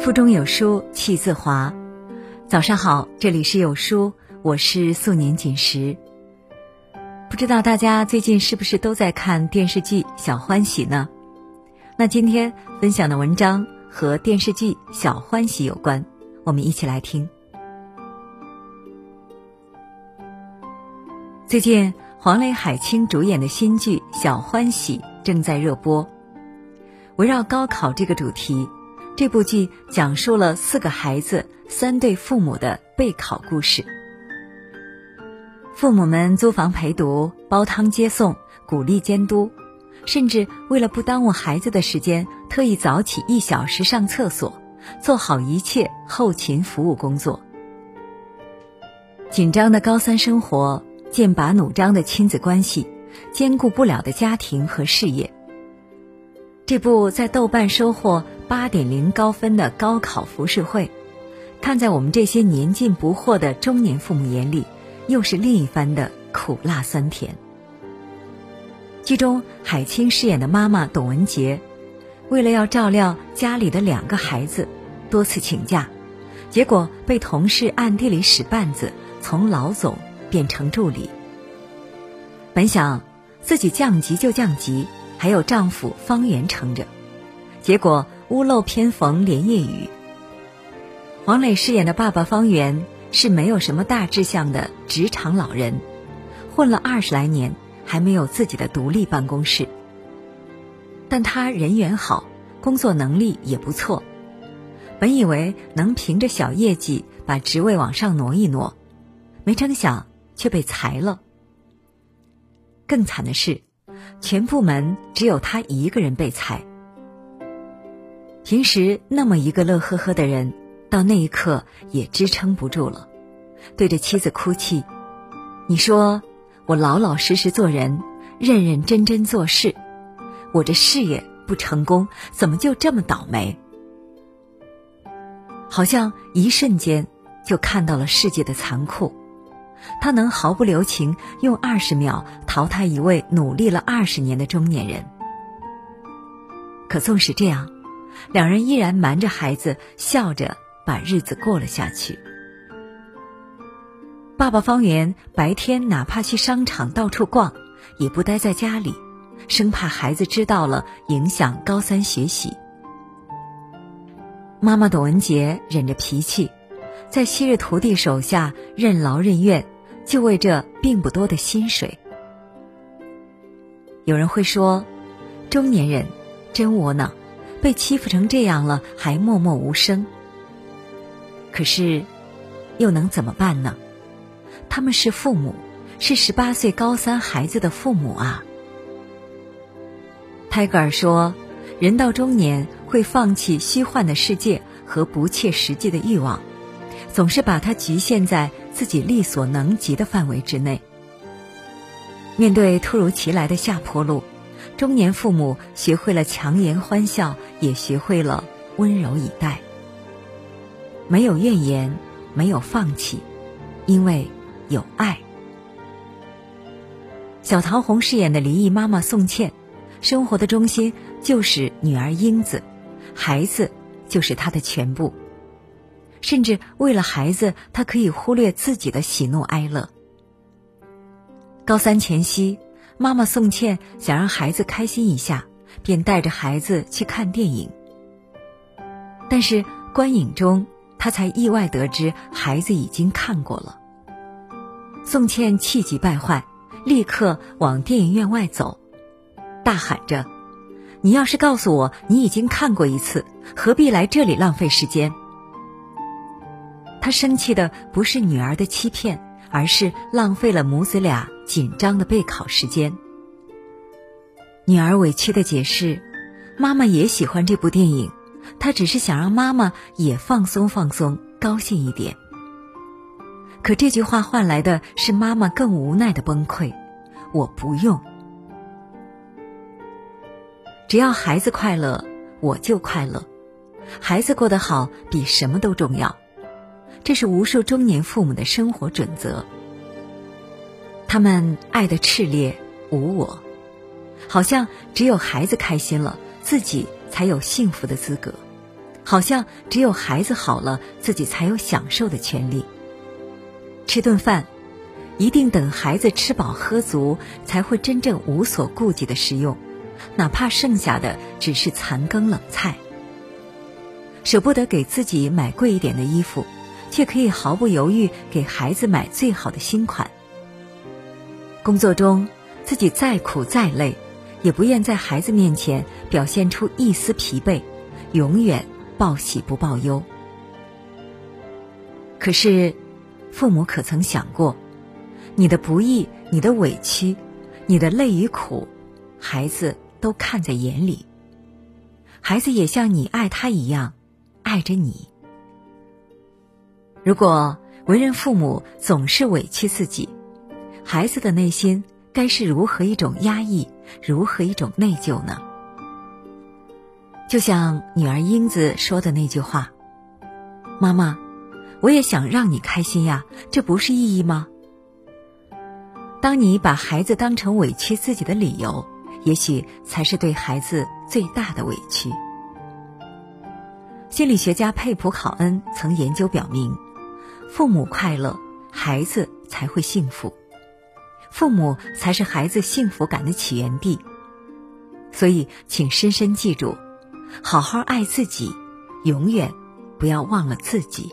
腹中有书气自华。早上好，这里是有书，我是素年锦时。不知道大家最近是不是都在看电视剧《小欢喜》呢？那今天分享的文章和电视剧《小欢喜》有关，我们一起来听。最近黄磊、海清主演的新剧《小欢喜》正在热播。围绕高考这个主题，这部剧讲述了4个孩子3对父母的备考故事。父母们租房陪读，煲汤接送，鼓励监督，甚至为了不耽误孩子的时间，特意早起1小时上厕所，做好一切后勤服务工作。紧张的高3生活，剑拔弩张的亲子关系，兼顾不了的家庭和事业。这部在豆瓣收获 8.0 高分的高考浮世绘，看在我们这些年近不惑的中年父母眼里，又是另一番的苦辣酸甜。剧中海清饰演的妈妈董文洁，为了要照料家里的2个孩子，多次请假，结果被同事暗地里使绊子，从老总变成助理。本想自己降级就降级，还有丈夫方圆撑着，结果屋漏偏逢连夜雨。黄磊饰演的爸爸方圆是没有什么大志向的职场老人，混了20来年，还没有自己的独立办公室。但他人缘好，工作能力也不错，本以为能凭着小业绩把职位往上挪一挪，没成想却被裁了。更惨的是，全部门只有他一个人被裁。平时那么一个乐呵呵的人，到那一刻也支撑不住了，对着妻子哭泣：你说我老老实实做人，认认真真做事，我这事业不成功，怎么就这么倒霉？好像一瞬间就看到了世界的残酷，他能毫不留情用20秒淘汰一位努力了20年的中年人。可纵使这样，2人依然瞒着孩子，笑着把日子过了下去。爸爸方圆白天哪怕去商场到处逛，也不待在家里，生怕孩子知道了影响高3学习。妈妈董文洁忍着脾气，在昔日徒弟手下任劳任怨，就为这并不多的薪水。有人会说，中年人真窝囊，被欺负成这样了还默默无声。可是又能怎么办呢？他们是父母，是18岁高3孩子的父母啊。泰戈尔说，人到中年会放弃虚幻的世界和不切实际的欲望，总是把它局限在自己力所能及的范围之内。面对突如其来的下坡路，中年父母学会了强颜欢笑，也学会了温柔以待。没有怨言，没有放弃，因为有爱。小桃红饰演的离异妈妈宋茜，生活的中心就是女儿英子，孩子就是她的全部。甚至为了孩子，她可以忽略自己的喜怒哀乐。高3前夕，妈妈宋茜想让孩子开心一下，便带着孩子去看电影。但是观影中，她才意外得知孩子已经看过了。宋茜气急败坏，立刻往电影院外走，大喊着：你要是告诉我你已经看过一次，何必来这里浪费时间？她生气的不是女儿的欺骗，而是浪费了母子俩紧张的备考时间。女儿委屈的解释，妈妈也喜欢这部电影，她只是想让妈妈也放松放松，高兴一点。可这句话换来的是妈妈更无奈的崩溃：我不用。只要孩子快乐，我就快乐。孩子过得好比什么都重要，这是无数中年父母的生活准则。他们爱得炽烈无我，好像只有孩子开心了，自己才有幸福的资格。 好像只有孩子好了，自己才有享受的权利。吃顿饭，一定等孩子吃饱喝足，才会真正无所顾忌的食用，哪怕剩下的只是残羹冷菜。舍不得给自己买贵一点的衣服，却可以毫不犹豫给孩子买最好的新款。工作中自己再苦再累，也不愿在孩子面前表现出一丝疲惫，永远报喜不报忧。可是父母可曾想过，你的不易，你的委屈，你的累与苦，孩子都看在眼里，孩子也像你爱他一样爱着你。如果为人父母总是委屈自己，孩子的内心该是如何一种压抑，如何一种内疚呢？就像女儿英子说的那句话，妈妈，我也想让你开心呀，这不是意义吗？当你把孩子当成委屈自己的理由，也许才是对孩子最大的委屈。心理学家佩普考恩曾研究表明，父母快乐，孩子才会幸福，父母才是孩子幸福感的起源地。所以请深深记住，好好爱自己，永远不要忘了自己。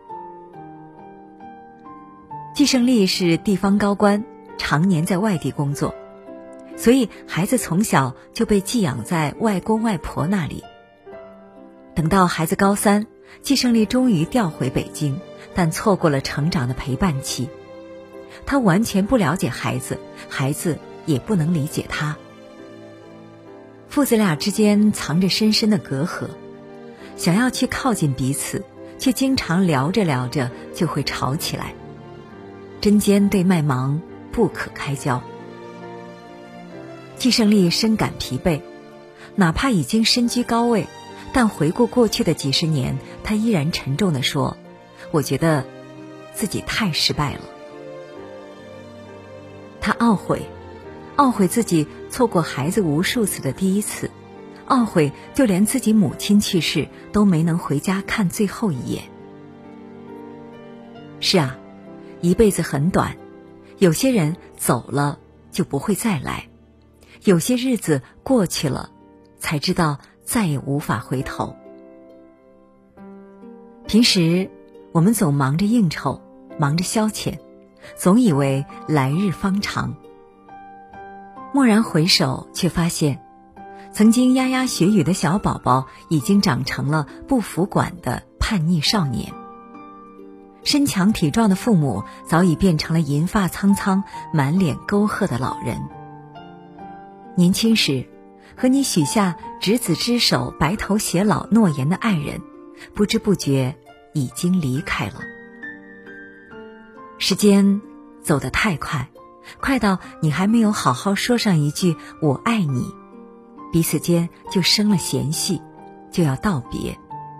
季胜利是地方高官，常年在外地工作，所以孩子从小就被寄养在外公外婆那里。等到孩子高3，季胜利终于调回北京，但错过了成长的陪伴期。他完全不了解孩子，孩子也不能理解他。父子俩之间藏着深深的隔阂，想要去靠近彼此，却经常聊着聊着就会吵起来，针尖对麦芒，不可开交。季胜利深感疲惫，哪怕已经身居高位，但回顾过去的几十年，他依然沉重地说，我觉得自己太失败了。他懊悔自己错过孩子无数次的第一次，懊悔就连自己母亲去世都没能回家看最后一眼。是啊，一辈子很短，有些人走了就不会再来，有些日子过去了，才知道再也无法回头。平时我们总忙着应酬，忙着消遣，总以为来日方长。蓦然回首，却发现曾经牙牙学语的小宝宝已经长成了不服管的叛逆少年，身强体壮的父母早已变成了银发苍苍、满脸沟壑的老人。年轻时和你许下执子之手、白头偕老诺言的爱人，不知不觉已经离开了。时间走得太快，快到你还没有好好说上一句我爱你，彼此间就生了嫌隙，就要道别。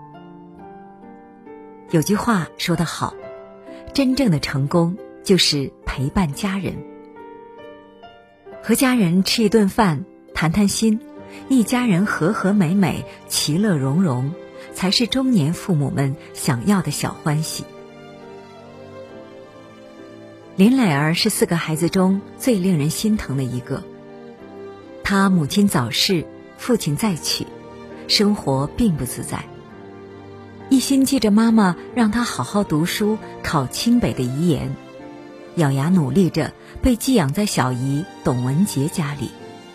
有句话说得好，真正的成功就是陪伴家人。和家人吃一顿饭，谈谈心，一家人和和美美，其乐融融，才是中年父母们想要的小欢喜。林磊儿是4个孩子中最令人心疼的一个，他母亲早逝，父亲再娶，生活并不自在，一心记着妈妈让他好好读书，考清北的遗言，咬牙努力着被寄养在小姨董文杰家里。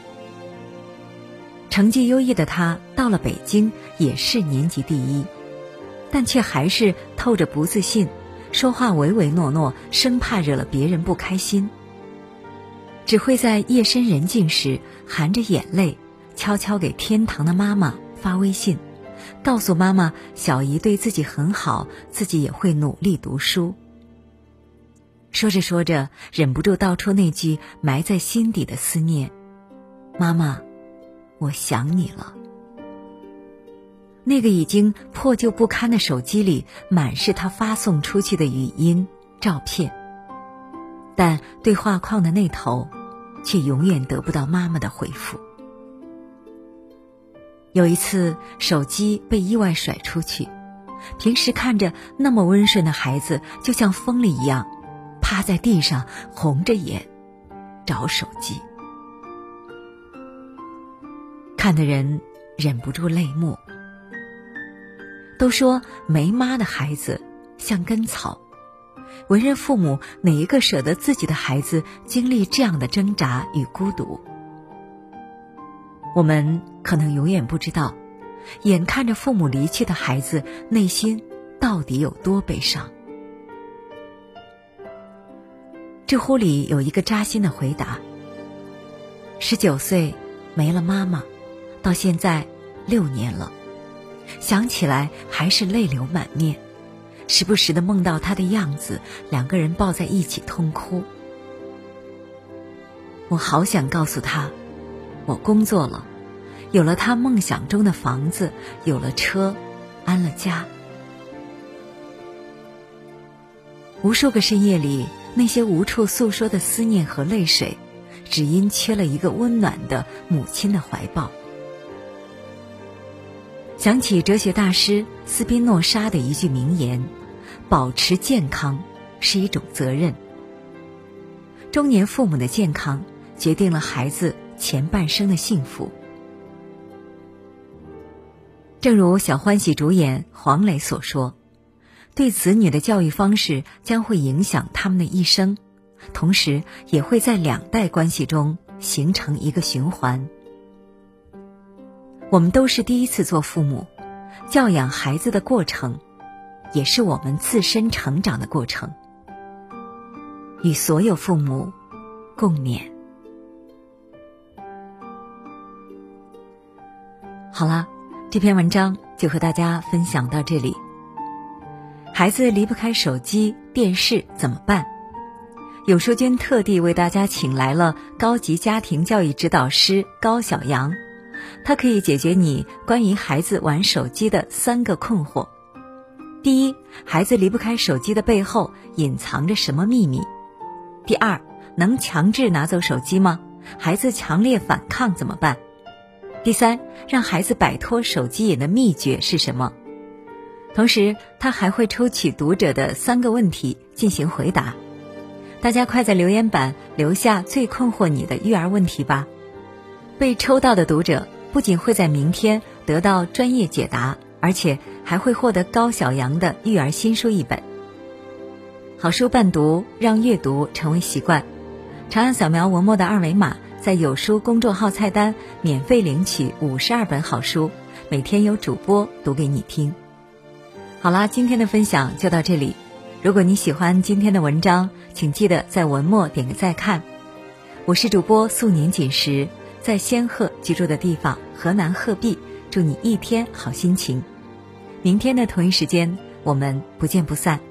成绩优异的他到了北京也是年级第一，但却还是透着不自信，说话唯唯诺诺，生怕惹了别人不开心。只会在夜深人静时含着眼泪悄悄给天堂的妈妈发微信，告诉妈妈小姨对自己很好，自己也会努力读书。说着说着，忍不住道出那句埋在心底的思念，妈妈，我想你了。那个已经破旧不堪的手机里满是他发送出去的语音、照片，但对话框的那头却永远得不到妈妈的回复。 有一次手机被意外甩出去，平时看着那么温顺的孩子就像疯了一样，趴在地上红着眼找手机，看的人忍不住泪目。都说没妈的孩子像根草，为人父母哪一个舍得自己的孩子经历这样的挣扎与孤独？我们可能永远不知道，眼看着父母离去的孩子内心到底有多悲伤。知乎里有一个扎心的回答：19岁没了妈妈，到现在6年了，想起来还是泪流满面，时不时地梦到她的样子，两个人抱在一起痛哭。我好想告诉她，我工作了，有了她梦想中的房子，有了车，安了家。无数个深夜里，那些无处诉说的思念和泪水，只因缺了一个温暖的母亲的怀抱。想起哲学大师斯宾诺莎的一句名言：保持健康是一种责任。中年父母的健康决定了孩子前半生的幸福。正如小欢喜主演黄磊所说，对子女的教育方式将会影响他们的一生，同时也会在2代关系中形成一个循环。我们都是第一次做父母，教养孩子的过程，也是我们自身成长的过程。与所有父母共勉。好啦，这篇文章就和大家分享到这里。孩子离不开手机、电视怎么办？有书君特地为大家请来了高级家庭教育指导师高晓阳，他可以解决你关于孩子玩手机的3个困惑。第一，孩子离不开手机的背后隐藏着什么秘密？第二，能强制拿走手机吗？孩子强烈反抗怎么办？第三，让孩子摆脱手机瘾的秘诀是什么？同时他还会抽取读者的3个问题进行回答，大家快在留言板留下最困惑你的育儿问题吧。被抽到的读者不仅会在明天得到专业解答，而且还会获得高晓阳的育儿新书1本。好书伴读，让阅读成为习惯。长按扫描文末的2维码，在有书公众号菜单免费领取52本好书，每天有主播读给你听。好啦，今天的分享就到这里。如果你喜欢今天的文章，请记得在文末点个再看。我是主播素年锦时，在仙鹤居住的地方河南鹤壁，祝你一天好心情。明天的同一时间，我们不见不散。